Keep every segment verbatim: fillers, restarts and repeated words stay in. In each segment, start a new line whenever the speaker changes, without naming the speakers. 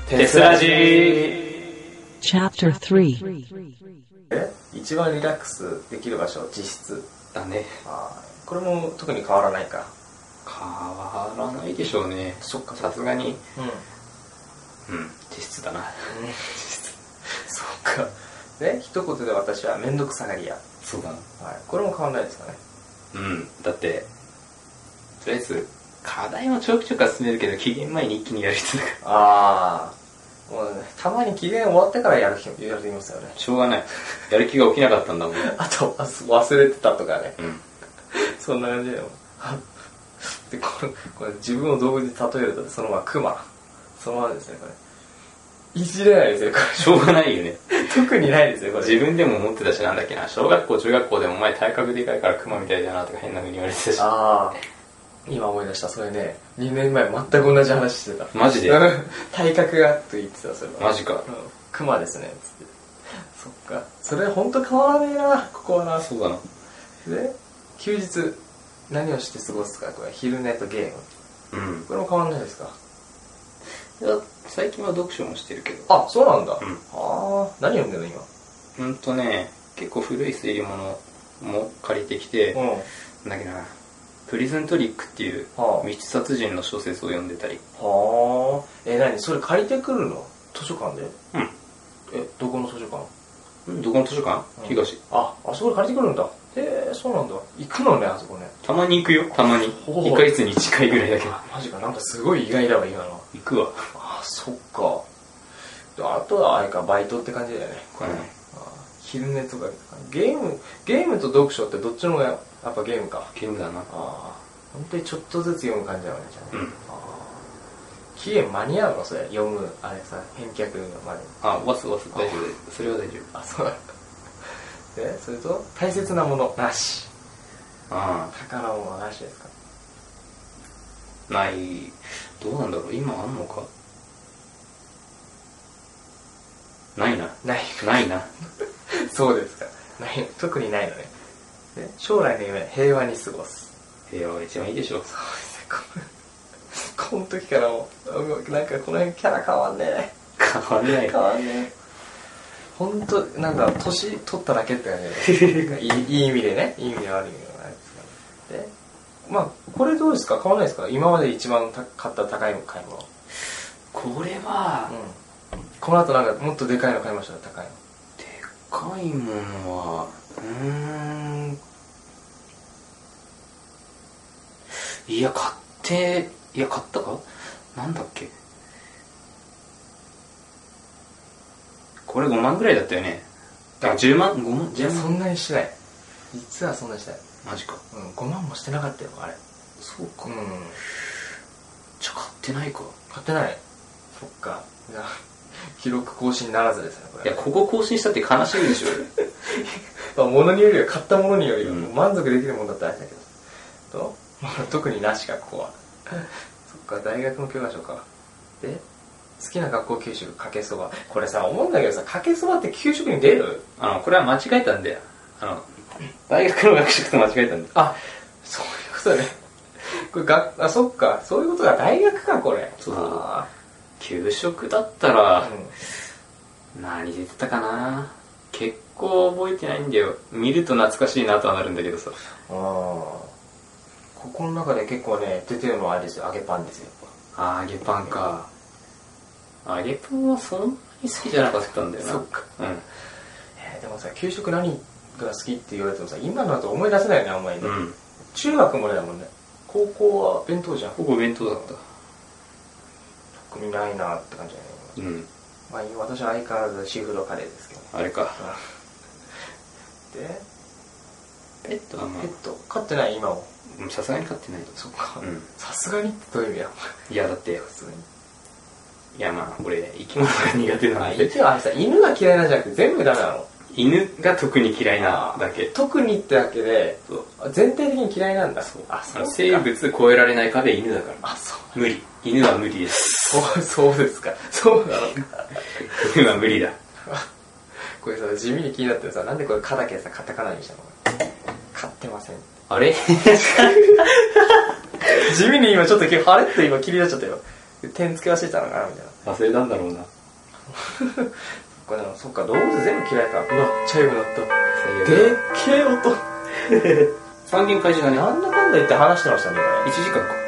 テスラジー
チャプタースリー。
え一番リラックスできる場所、自室
だね。
あこれも特に変わらないか。
変わらないでしょうね。
そっか
さすがに
うん
うん自室だな。
自室そっかで一言で私はめんどくさがり屋。
そうだな。
はい、これも変わらないですかね。
うんだってとりあえず課題もちょくちょくは進めるけど期限前に一気にやる人だから
ああもう、ね、たまに期限終わってからやる日やると言いますよね。
しょうがない。やる気が起きなかったんだもん。
あと忘れてたとかね、
うん、
そんな感じだよ。でこれこれ自分を動物に例えるとそのままクマそのままですね。これいじれないですよこれ。
しょうがないよね。
特にないですよこれ。
自分でも思ってたし、なんだっけな、小学校中学校でもお前体格でかいからクマみたいだなとか変な風に言われてたし。
ああ今思い出した。それねにねんまえ全く同じ話してた。
マジで
体格がと言ってた。それは
マジか、うん、
クマですねつって。そっかそれほんと変わらねえなここはな。
そうだな。
で休日何をして過ごすか。これ昼寝とゲーム。うんこれも変わんないですか。
いや最近は読書もしてるけど。
あそうなんだ、うん、ああ何読んでるの今。
うんとね結構古い推理物も借りてきて、うん、なんだっけなプリズントリックっていう密室殺人の小説を読んでたり。
はあえ何それ借りてくるの図書館で。
うん
えどこの図書館。
うんどこの図書館、うん、東。
ああそこで借りてくるんだ。へえそうなんだ。行くのねあそこね。た
まに行くよたまに。いっかげつにいっかいぐらいだけど。
マジかなんかすごい意外だわ今の。
行くわ。
あそっか。あとはあれかバイトって感じだよねこれ、うん、あ昼寝とかゲームゲームと読書ってどっちの方がやっぱゲームか。
ゲームだな。あ
あ本当にちょっとずつ読む感じだよねじゃあね、うん、あ期限間に合うのそれ読むあれさ返却まで。
あわすわす大丈夫です。それは大丈夫。
あそうだでそれと大切なものなし。
ああ
宝物はなしですか。
ない。どうなんだろう今あんのか。ないな。
ない
ないな
そうですか。ない特にないのね。で将来の夢平和に過ごす。
平和が一番いいでしょ。
そうですねこの時からもうなんかこの辺キャラ変わんねえ。
変わんない。
変わんねえ本当なんだ年取っただけって感じでいいいい意味でね。いい意味で悪い意味でないですから。でまあこれどうですか変わんないですか今まで一番買った高い買い物。
これは、
うん、この後なんかもっとでかいの買いましたね高いの。
でかいものはうーんいや買っていや買ったかなんだっけこれごまんぐらいだったよね。だからじゅうまんごまん。
いやそんなにしない実はそんなにしない。
マジか。
うんごまんもしてなかったよあれ。
そうか。うんじゃあ買ってないか。
買ってない。そっかいや記録更新ならずですねこれ。
いやここ更新したって悲しいでしょ
まあ物によりは買ったものによりは、うん、満足できるものだったらあれだけどと、まあ、特になしかここはそっか大学の教科書か。で好きな学校給食かけそば。これさ思うんだけどさかけそばって給食に出る。
あのこれは間違えたんだよ。あの大学の学食と間違えたんだよ。
あそういうことねこれがあそっかそういうことが大学かこれ。
そうそう給食だったら、うん、何出てたかな結構覚えてないんだよ。見ると懐かしいなとはなるんだけどさ。
あここの中で結構ね出てるのはあれですよ揚げパンですよ。
あ揚げパンか。揚げパンはそんなに好きじゃなかったんだよな。
そっか、
うん
えー、でもさ給食何が好きって言われてもさ今のだと思い出せないよねあんまりね、うん、中学もねだもんね。高校は弁当じゃん。
高校弁当だった。
特にないなって感じだね。うんまあ私は相変わらずシーフードカレーですけど。
あれか
で
ペットはまあ
ペット飼ってない今も。
さすがに飼ってない。
そっかさすがにってどういう意味や。
いやだって普通にいやまあ俺生き物が苦手なので。
一応あれさ犬が嫌いなんじゃなくて全部ダメなの。
犬が特に嫌いなだけ。
特にってだけで全体的に嫌いなんだ。
そうあそう生物越えられない壁犬だから。
あそう
無理。犬は無理です。
そうそうですか。そうなのか
犬は無理だ
これさ地味に気になってるさなんでこれ「か」だけさカタカナにしたの。飼ってません。
あれ
地味に今ちょっとあれって今気になっちゃったよ。 点付け忘れたのかなみたいな。
忘れたんだろうな。
これでもそっか、動物全部嫌いか。うわ、チャイム鳴った。
最悪
でっけえ音。
三軒開始だね。
なんだかんだ言って話してましたね、今ね。
いちじかんか。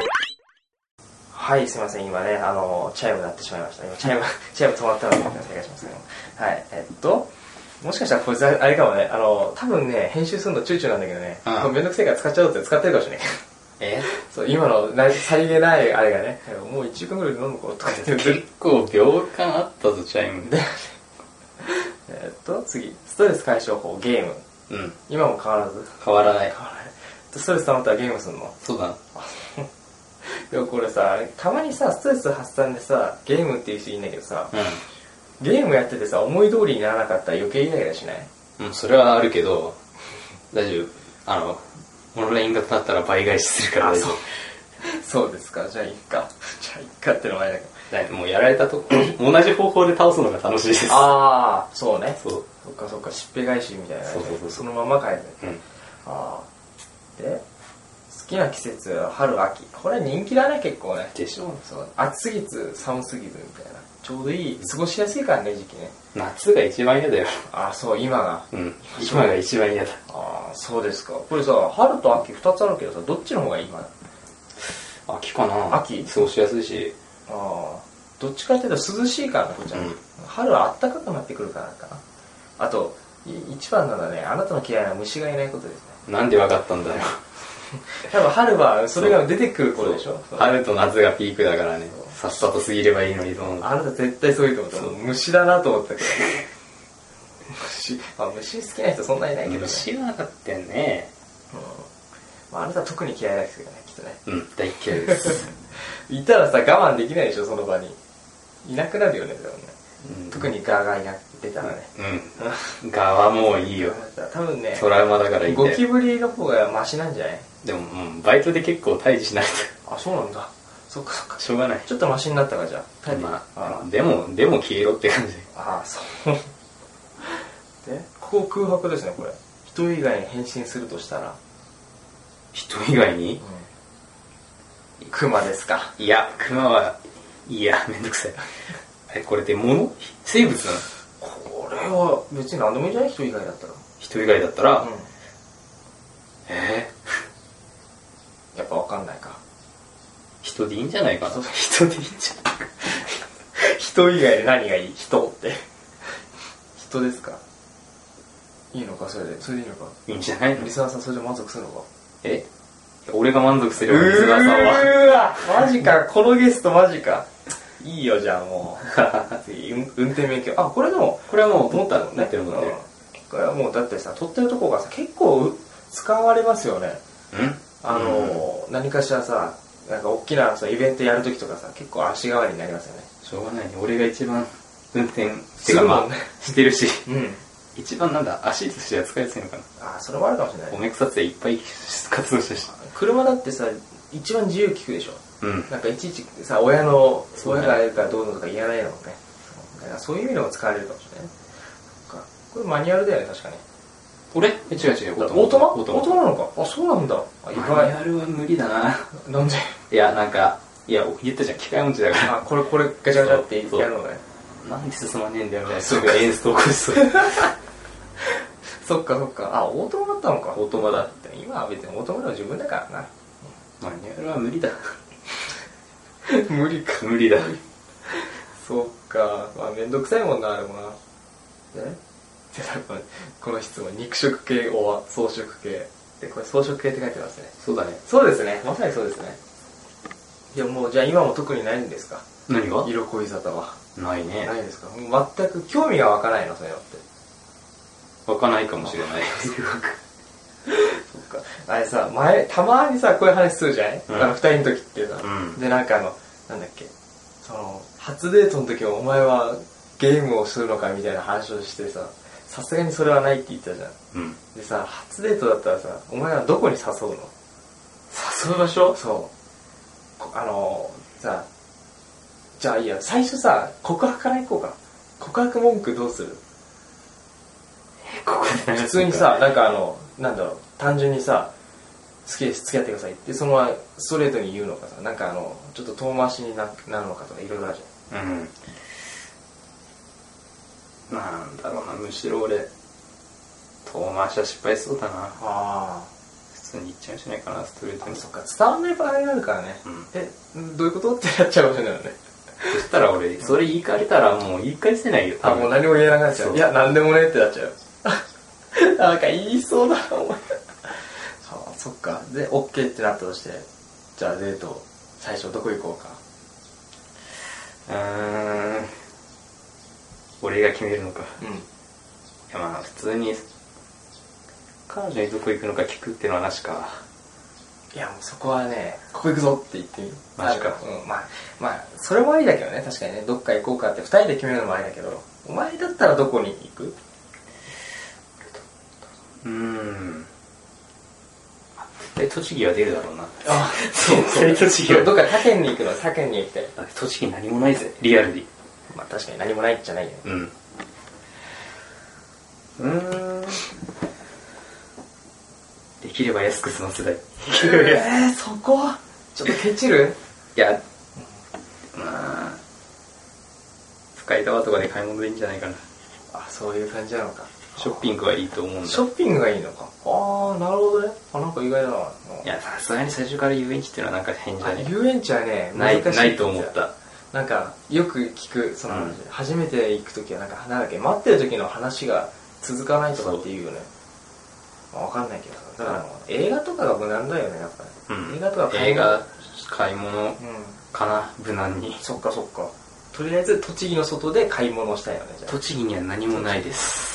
はい、すいません、今ね、あの、チャイム鳴ってしまいました。今、チャイム、チャイム止まったので、お願いしますけど。はい、えっと、もしかしたらこいつあれかもね、あの、多分ね、編集するのチューチューなんだけどね、
うん
これめんどくせえから使っちゃおうって使ってるかもしれない。
え
そう、今のなさりげないあれがね、もういっしゅうかんぐらいで飲むことかって言って
結構秒間あったぞ、チャイムで。
えっと、次、ストレス解消法、ゲーム。
うん。
今も変わらず
変わらない。
変わらない。ストレス溜まったらゲームすんの？
そうだな。
でもこれさ、たまにさ、ストレス発散でさ、ゲームっていう人いいんだけどさ、
う
ゲームやっててさ、思い通りにならなかったら余計イライラしない？
ん。うん、それはあるけど、大丈夫。あの、オンライン型だったら倍返しするから大丈夫。
そうですか、じゃあいいか。じゃあいいかってのもあれだけど。
だもうやられたとこ、同じ方法で倒すのが楽しいです。
ああ、そうね。
そう。
そっかそっか、しっぺ返しみたいな、ね。
そうそうそう
そのまま返す。
うん。
ああ。で、好きな季節は春秋。これ人気だね、結構ね。
でしょ。
そう。暑すぎず寒すぎずみたいな。ちょうどいい、過ごしやすいからね、時期ね。
夏が一番嫌だよ。
ああ、そう、今が。
うん。今が一番嫌だ。
ああ、そうですか。これさ、春と秋二つあるけどさ、どっちの方がいい今？
秋かな。
秋
過ごしやすいし。
ああ、どっちかっていうと涼しいからな、こっちは。
うん
春は暖かくなってくるからかな。あと、い一番なのはね、あなたの嫌いな虫がいないことですね。
なんでわかったんだよ。
多分春はそれが出てくる頃でしょ。そう
春と夏がピークだからね。さっさと過ぎればいいのにと思う。
あなた絶対そういうと思った。虫だなと思ったけど。虫、まあ虫好きな人そんなにいないけどね。
虫はだってね。
うん、まあ、あなたは特に嫌いですけどね、きっとね。
うん、大嫌いです。
いたらさ、我慢できないでしょ、その場に。いなくなるよね、でもね。
うん、
特にガーガーが出たらね。
うん。ガはもういいよ。
多分ね、
トラウマだからいいんだよ。
ゴキブリの方がマシなんじゃない？
でも、うん、バイトで結構退治しないと。
あ、そうなんだ。そっかそっか。
しょうがない。
ちょっとマシになったか、じゃあ。タイプ。
まあ、
あ
でも、でも消えろって感じ。
あ、そう。で、ここ空白ですね、これ。人以外に変身するとしたら。
人以外に、
うん、クマですか。
いや、クマは、いや、めんどくさい。え、これって物？生物なの？
これは別に何でもいいんじゃない？人以外だったら。
人以外だったら、
うん、
え
ー、やっぱわかんないか。
人でいいんじゃないかな。
人でいいんじゃないか。人以外で何がいい？人って。人ですか？いいのか、それで。それでいいのか。
いいんじゃないの？
リスナーさんそれで満足するのか。
え？俺が満足すればリスナーさんは。
うーわ、マジか、このゲストマジか。いいよ、じゃあもう。運転免許。あ、これでも、
これはもう取った
の
持ってる持ってる。
これはもうだってさ、取ってるとこがさ、結構使われますよね。
ん？
あの、うん、何かしらさ、なんか大きなさイベントやるときとかさ、結構足代わりになりますよね。
しょうがないね。俺が一番運転
するもんね。
してるし。
うん。
一番なんだ、足としては使いやすいのかな。
ああ、それもあるかもしれない。
おめくさつでいっぱい活動したし。
車だってさ、一番自由利くでしょ。
うん。
なんかいちいちさ、親の、親がやるからどうのとか言わないのもね。だからそういう意味でも使われるかもしれない。そっか。これマニュアルだよね、確かに。
俺？違う違う、
オートマ？
オートマ
オートマなのか。あ、そうなんだ。あ、意
マ
外。
ニュアルは無理だな。
なんで？
いや、なんか、いや、言ったじゃん、機械音痴だから。
あ、これこれガチャガチャってやるのね。
なんで進まねえんだよみたいな。すぐエンスト起こしそう。
そっかそっか。あ、オートマだったのか。
オートマだ。
今は別にオートマでも自分だからな。
マニュアルは無理だ。
無理か。
無理だ。
そっか。まあめんどくさいもんな、あれもな。えこの質問、肉食系お草食系。で、これ草食系って書いてますね。
そうだね。
そうですね。まさにそうですね。いやもう、じゃあ今も特にないんですか？
何が？
色恋沙汰は。
ないね。
ないですか？もう全く興味が湧かないの、そういうのって。
湧かないかもしれない。
そっか。あれさ、前、たまにさ、こういう話するじゃない、うん、あの、二人の時ってさ、うん。で、なんかあの、なんだっけ、その、初デートの時はお前はゲームをするのかみたいな話をしてさ、さすがにそれはないって言ったじゃん。うん。でさ、初デートだったらさ、お前はどこに誘うの？誘う場所？そう。あの、さ、じゃあいいや、最初さ、告白から行こうか。告白文句どうする？
ここで
普通にさ、なんかあの、なんだろう、単純にさ、 好きです付き合ってくださいってそのままストレートに言うのかさ、なんかあのちょっと遠回しに な, なるのかとかいろいろあるじゃん。
うんなんだろうな、むしろ俺遠回しは失敗しそうだな。
あ
普通に言っちゃうんじゃないかな、ストレートに。
そっか、伝わらない場合があるからね、
うん、
えどういうことってなっちゃうかもしれないよね。
そしたら俺それ言い換えたらもう言い返せないよ。
あもう何も言えなくなっちゃう。いや何でもねってなっちゃうなんか言いそうだなお前あそっか。で OK ってなったとして、じゃあデート最初どこ行こうか。
うーん俺が決めるのか。
うん。
いやまあ普通に彼女にどこ行くのか聞くっていうのはなしか。
いやもうそこはね、ここ行くぞって言ってみる。
マジか。
うん、まあまあそれもありだけどね、確かにね、どっか行こうかってふたりで決めるのもありだけど、お前だったらどこに行く？
うーんえ栃木は出るだろうな。
あそうそう栃木はどっか他県に行くの、他県に行きたい。
栃木何もないぜリアルに。
まあ確かに何もないんじゃないよ。
うんうーんできれば安く済ませたい。
えー、そこちょっとケチる？
いやまあ深井川とかで買い物でいいんじゃないかな。
あそういう感じなのか。
ショッピングはいいと思うんだ。
ショッピングがいいのか。ああなるほどね。あなんか意外だな。
いやさすがに最初から遊園地っていうのはなんか変じゃねえ。
遊園地はね
ない
難しい
ないと思った。
なんかよく聞くその話、
うん、
初めて行くときはなんかなんだっけ、待ってる時の話が続かないとかっていうよね。まあ、わかんないけどさ、だから映画とかが無難だよねやっぱり、うん、映画とか
買い物映画買い物かな、うん、無難に。
そっかそっか。とりあえず栃木の外で買い物をしたいよね。じゃあ
栃木には何もないです。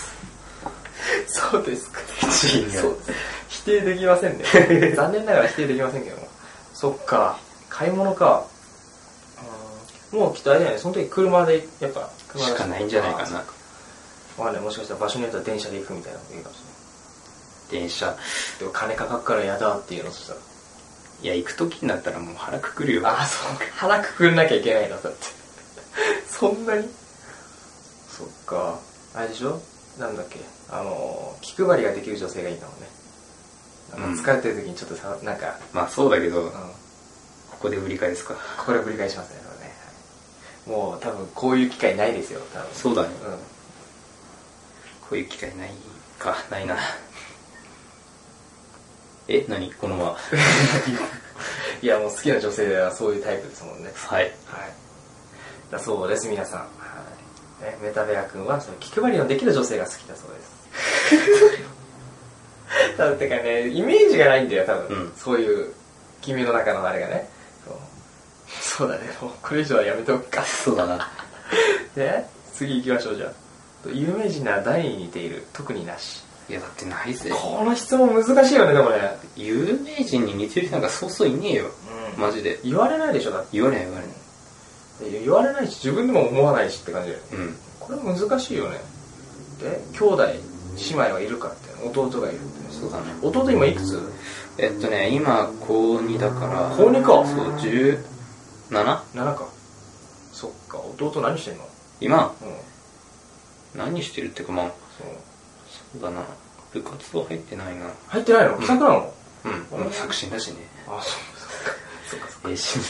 そうですか。
栃木には
否定できませんね残念ながら否定できませんけども。そっか買い物か。もうきっとあれだよね、その時車でやっぱ車
しかないんじゃないかな。
わかんない、もしかしたら場所によっては電車で行くみたいなのがいいかもしれない。
電車
でも金かかっからやだっていうの。そしたら
いや行く時になったらもう腹くくるよ。
あそうか、腹くくんなきゃいけないのだってそんなに。そっかあれでしょ、なんだっけ、あの気配りができる女性がいいんだもんね。なんか疲れてる時にちょっとさ、なんか
まあそうだけど、うん、ここでぶり返すか。
ここでぶり返しますね。もう多分こういう機会ないですよ多分。
そうだね、
うん、
こういう機会ないか、ないなえ、何このまま
いやもう好きな女性はそういうタイプですもんね。
はい、はい、
だそうです皆さん、はいね、メタベア君はその気配りのできる女性が好きだそうですだってかね、イメージがないんだよ多分、うん、そういう君の中のあれがね。そうだね、もうこれ以上はやめておくか。
そうだな
で次行きましょう。じゃあ有名人なら誰に似ている？特になし。
いやだってないぜ。
この質問難しいよね。でもね
有名人に似てる人なんかそうそういねえよ、うん、マジで
言われないでしょ。だって
言われない言われない
言われないし自分でも思わないしって感じだよね、うん、これ難しいよね。で兄弟姉妹はいるかって、弟がいるって、ね、
そうだね。
弟今いくつ？
えっとね今こうにだから
こうにか。
そうじゅうなな？
ななか。そっか。弟何してんの
今、うん、何してるってかまあそうそうだな、部活動入ってないな。
入ってないの？サークルなの？
うん、うん、作詞だしね。
あ、そうそっかそっかそっか。
えー、新です。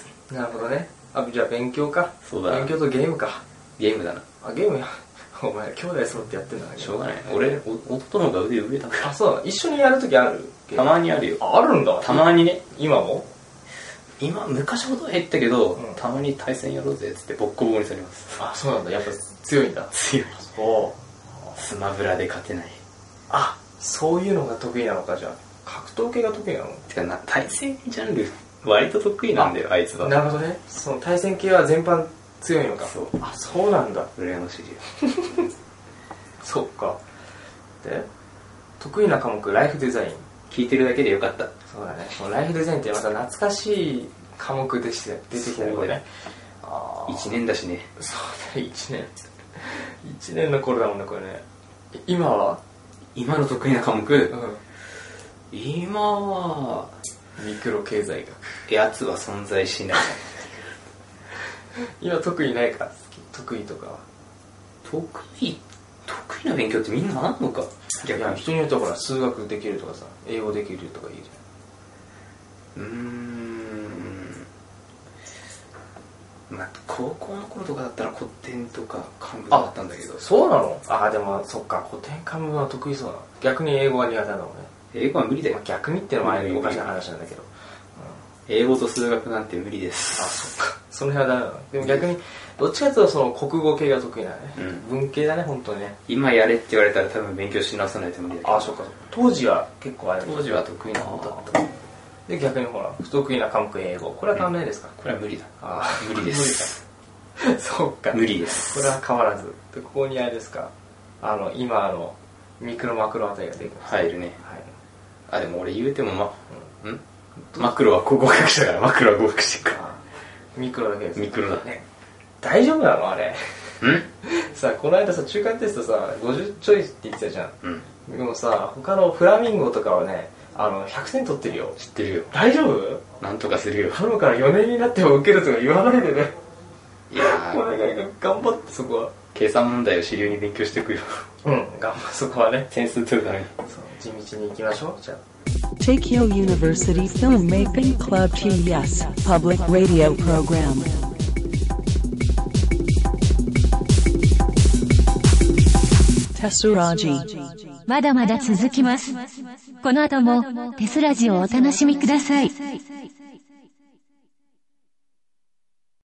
なるほどね。あ、じゃあ勉強か。
そうだ。
勉強とゲームか。
ゲームだな。
あ、ゲームや。お前兄弟揃ってやってんだね。
しょうがない。俺弟の方が腕上だから。
あ、そうなの。一緒にやるときある？
たまにあるよ。
あ、あるんだ。
たまにね。
今も？
今昔ほど減ったけど、うん、たまに対戦やろうぜっつってボッコボコにされます。
あ、そうなんだ。やっぱ強いんだ。
強い。そうスマブラで勝てない。
あ、そういうのが得意なのか。じゃあ格闘系が得意なの？
てかな、対戦ジャンル割と得意なんだよ あ, あいつは。
なるほどね。その対戦系は全般強いのか。
そう。
あ、そうなんだ。
羨ましいよ
そっか。で得意な科目ライフデザイン。
聞いてるだけでよかった。
そうだね。ライフデザインってまた懐かしい科目でして出てきたねこれね。
あいちねんだしね。
そうだね、いちねんいちねんの頃だもんねこれね。今は
今の得意な科目、うん、今は
ミクロ経済学。
やつは存在しない
今得意ないか。得意とかは
得意得意な勉強ってみんなあんのか。
いや人によってはほら数学できるとかさ、英語できるとかいいじ
うーん。まあ、高校の頃とかだったら古典とか漢文だったんだけど。
そうなの？ああ、でもそっか、古典漢文は得意そうな。逆に英語が苦手なのね。
英語は無理だよ。
まあ、逆にってのはおかしな話なんだけど。
英語と数学なんて無理です。
あ、そっか。その辺はダメなの。でも逆に、どっちかというとその国語系が得意なね。うん、文系だね、本当にね。
今やれって言われたら多分勉強し直さないと無理だけど。
あ、そっか。当時は結構あれ。
当時は得意な方だった。
で、逆にほら、不得意な科目英語。これは変わんないですか？
うん、これは無理だ。
ああ、
無理です。
無理か。そうか。
無理です。
これは変わらず。で、ここにあれですか。あの、今あの、ミクロマクロあたりができます。
入るね。
はい。
あ、でも俺言うてもま、うん、マクロは語学者だから、マクロは語学者か。
ミクロだけです。
ミクロだ
ね。大丈夫なのあれ。
ん
さ、この間さ、中間テストさ、ごじゅうちょいって言ってたじゃん。
うん。
でもさ、他のフラミンゴとかはね、あの、ひゃくてん取ってるよ。
知ってるよ。
大丈夫？
なんとかするよ。
頼むからよねんになっても受けるとか言わないでね。
いやー。
お願い、頑張ってそこは。
計算問題を主流に勉強していくよ。
うん、頑張そこはね。
点数取るために。
そう、地道に行きましょう。じゃあ。
Tokyo University Filmmaking Club T S Public Radio Program. Tesuraji。
まだまだ続きます。この後もテスラジをお楽しみください。